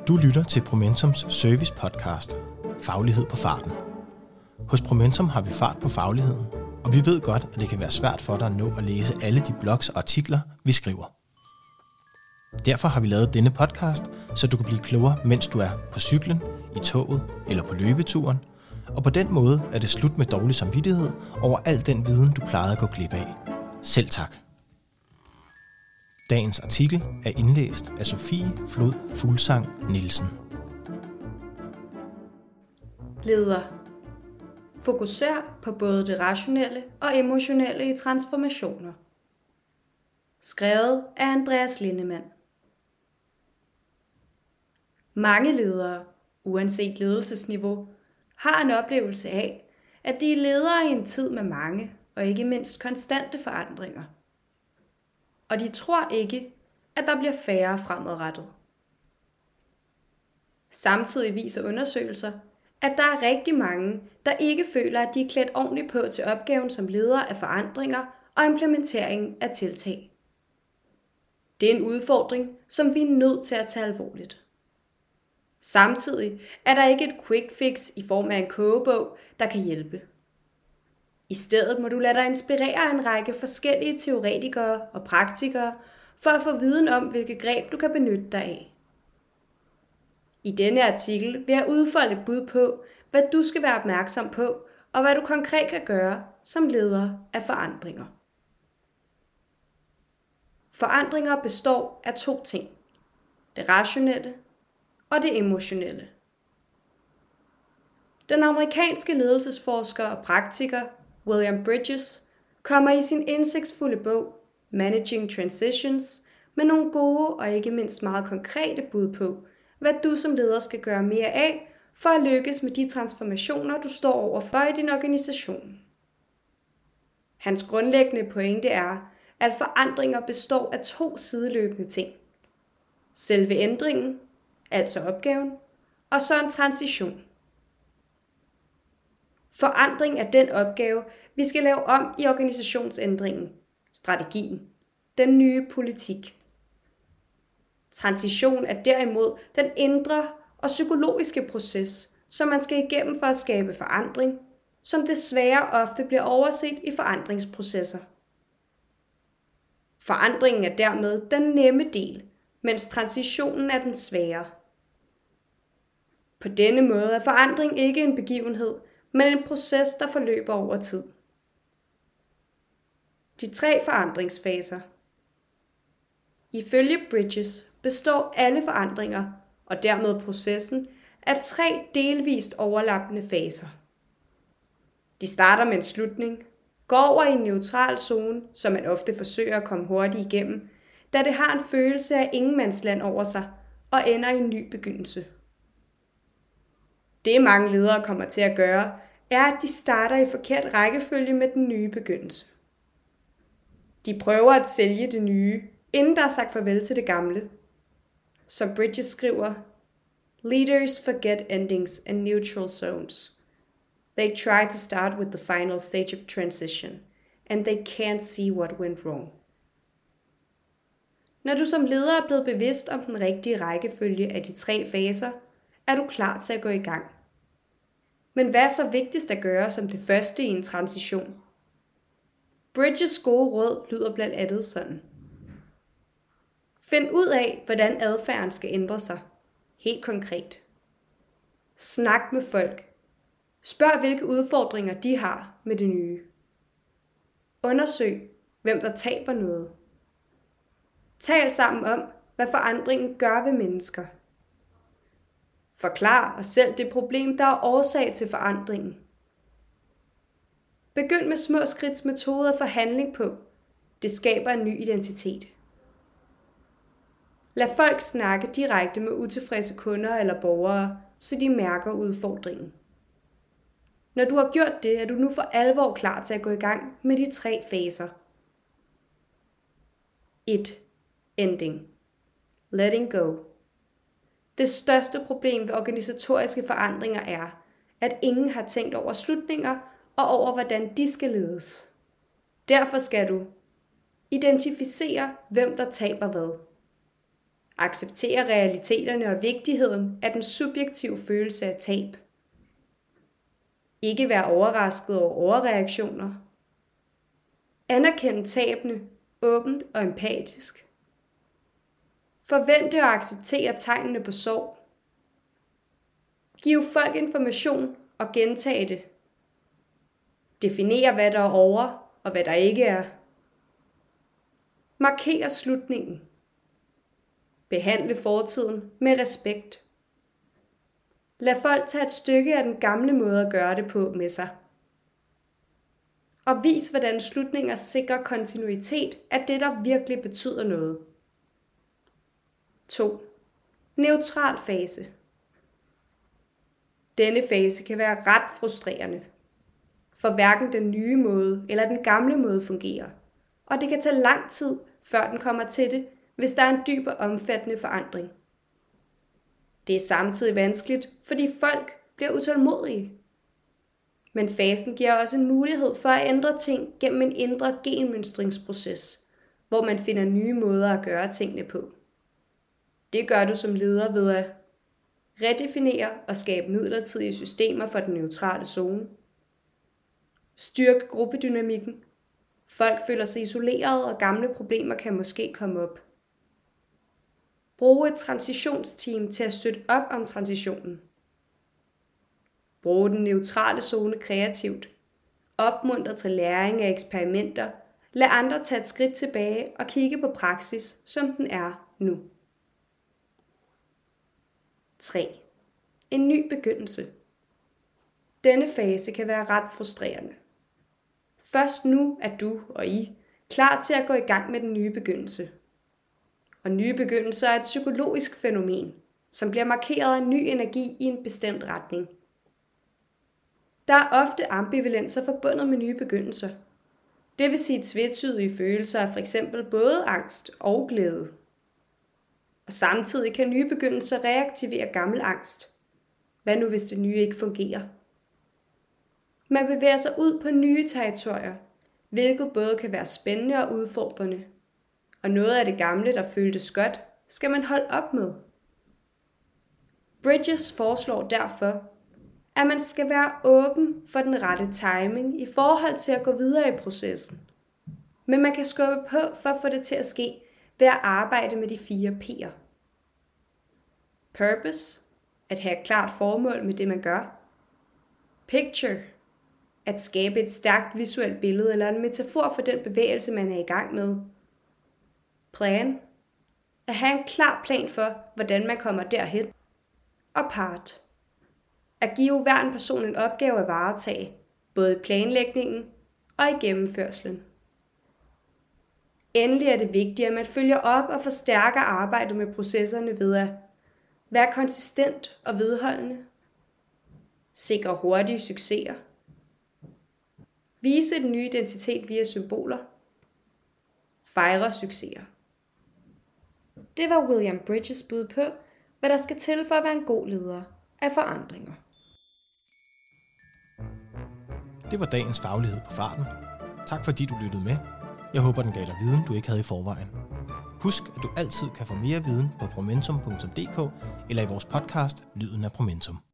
Du lytter til Promentums service podcast, Faglighed på farten. Hos Promentum har vi fart på fagligheden, og vi ved godt, at det kan være svært for dig at nå at læse alle de blogs og artikler, vi skriver. Derfor har vi lavet denne podcast, så du kan blive klogere, mens du er på cyklen, i toget eller på løbeturen, og på den måde er det slut med dårlig samvittighed over al den viden, du plejede at gå glip af. Selv tak. Dagens artikel er indlæst af Sofie Flod Fuglsang Nielsen. Leder. Fokuser på både det rationelle og emotionelle i transformationer. Skrevet af Andreas Lindemann. Mange ledere, uanset ledelsesniveau, har en oplevelse af, at de er ledere i en tid med mange og ikke mindst konstante forandringer. Og de tror ikke, at der bliver færre fremadrettet. Samtidig viser undersøgelser, at der er rigtig mange, der ikke føler, at de er klædt ordentligt på til opgaven som leder af forandringer og implementeringen af tiltag. Det er en udfordring, som vi er nødt til at tage alvorligt. Samtidig er der ikke et quick fix i form af en kogebog, der kan hjælpe. I stedet må du lade dig inspirere af en række forskellige teoretikere og praktikere for at få viden om, hvilke greb du kan benytte dig af. I denne artikel vil jeg udfolde et bud på, hvad du skal være opmærksom på, og hvad du konkret kan gøre som leder af forandringer. Forandringer består af to ting: det rationelle og det emotionelle. Den amerikanske ledelsesforsker og praktiker William Bridges kommer i sin indsigtsfulde bog Managing Transitions med nogle gode og ikke mindst meget konkrete bud på, hvad du som leder skal gøre mere af for at lykkes med de transformationer, du står overfor i din organisation. Hans grundlæggende pointe er, at forandringer består af to sideløbende ting: selve ændringen, altså opgaven, og så en transition. Forandring er den opgave, vi skal lave om i organisationsændringen, strategien, den nye politik. Transition er derimod den indre og psykologiske proces, som man skal igennem for at skabe forandring, som desværre ofte bliver overset i forandringsprocesser. Forandringen er dermed den nemme del, mens transitionen er den svære. På denne måde er forandring ikke en begivenhed, men en proces, der forløber over tid. De 3 forandringsfaser. Ifølge Bridges består alle forandringer, og dermed processen, af 3 delvist overlappende faser. De starter med en slutning, går over i en neutral zone, som man ofte forsøger at komme hurtigt igennem, da det har en følelse af ingenmandsland over sig, og ender i en ny begyndelse. Det mange ledere kommer til at gøre, er, at de starter i forkert rækkefølge med den nye begyndelse. De prøver at sælge det nye, inden der er sagt farvel til det gamle. Som Bridges skriver, "Leaders forget endings and neutral zones. They try to start with the final stage of transition, and they can't see what went wrong." Når du som leder er blevet bevidst om den rigtige rækkefølge af de 3 faser, er du klar til at gå i gang. Men hvad er så vigtigst at gøre som det første i en transition? Bridges gode råd lyder blandt andet sådan: find ud af, hvordan adfærden skal ændre sig. Helt konkret. Snak med folk. Spørg, hvilke udfordringer de har med det nye. Undersøg, hvem der taber noget. Tal sammen om, hvad forandringen gør ved mennesker. Forklar og selv det problem, der er årsag til forandringen. Begynd med små skridtsmetoder for handling på. Det skaber en ny identitet. Lad folk snakke direkte med utilfredse kunder eller borgere, så de mærker udfordringen. Når du har gjort det, er du nu for alvor klar til at gå i gang med de 3 faser. 1. Ending. Letting go. Det største problem ved organisatoriske forandringer er, at ingen har tænkt over slutninger og over, hvordan de skal ledes. Derfor skal du identificere, hvem der taber hvad. Acceptere realiteterne og vigtigheden af den subjektive følelse af tab. Ikke være overrasket over overreaktioner. Anerkende tabene åbent og empatisk. Forvente og acceptere tegnene på sorg. Giv folk information og gentage det. Definere, hvad der er over og hvad der ikke er. Markere slutningen. Behandle fortiden med respekt. Lad folk tage et stykke af den gamle måde at gøre det på med sig. Og vis, hvordan slutninger sikrer kontinuitet af det, der virkelig betyder noget. 2. Neutral fase. Denne fase kan være ret frustrerende, for hverken den nye måde eller den gamle måde fungerer, og det kan tage lang tid, før den kommer til det, hvis der er en dyb og omfattende forandring. Det er samtidig vanskeligt, fordi folk bliver utålmodige. Men fasen giver også en mulighed for at ændre ting gennem en indre genmønstringsproces, hvor man finder nye måder at gøre tingene på. Det gør du som leder ved at redefinere og skabe midlertidige systemer for den neutrale zone. Styrke gruppedynamikken. Folk føler sig isoleret, og gamle problemer kan måske komme op. Bruge et transitionsteam til at støtte op om transitionen. Bruge den neutrale zone kreativt. Opmuntre til læring af eksperimenter. Lad andre tage et skridt tilbage og kigge på praksis, som den er nu. 3. En ny begyndelse. Denne fase kan være ret frustrerende. Først nu er du og I klar til at gå i gang med den nye begyndelse. Og nye begyndelser er et psykologisk fænomen, som bliver markeret af ny energi i en bestemt retning. Der er ofte ambivalenser forbundet med nye begyndelser. Det vil sige tvetydige følelser af f.eks. både angst og glæde. Og samtidig kan nye begyndelser reaktivere gammel angst. Hvad nu hvis det nye ikke fungerer? Man bevæger sig ud på nye territorier, hvilket både kan være spændende og udfordrende. Og noget af det gamle, der føltes godt, skal man holde op med. Bridges foreslår derfor, at man skal være åben for den rette timing i forhold til at gå videre i processen. Men man kan skubbe på for at få det til at ske ved at arbejde med de 4 P'er. Purpose, at have et klart formål med det man gør. Picture, at skabe et stærkt visuelt billede eller en metafor for den bevægelse man er i gang med. Plan, at have en klar plan for, hvordan man kommer derhen. Og part, at give hver en person en opgave at varetage, både i planlægningen og i gennemførslen. Endelig er det vigtigt, at man følger op og forstærker arbejdet med processerne ved at være konsistent og vedholdende, sikre hurtige succeser, vise den nye identitet via symboler, fejre succeser. Det var William Bridges bud på, hvad der skal til for at være en god leder af forandringer. Det var dagens faglighed på farten. Tak fordi du lyttede med. Jeg håber, den gav dig viden, du ikke havde i forvejen. Husk, at du altid kan få mere viden på promentum.dk eller i vores podcast Lyden af Promentum.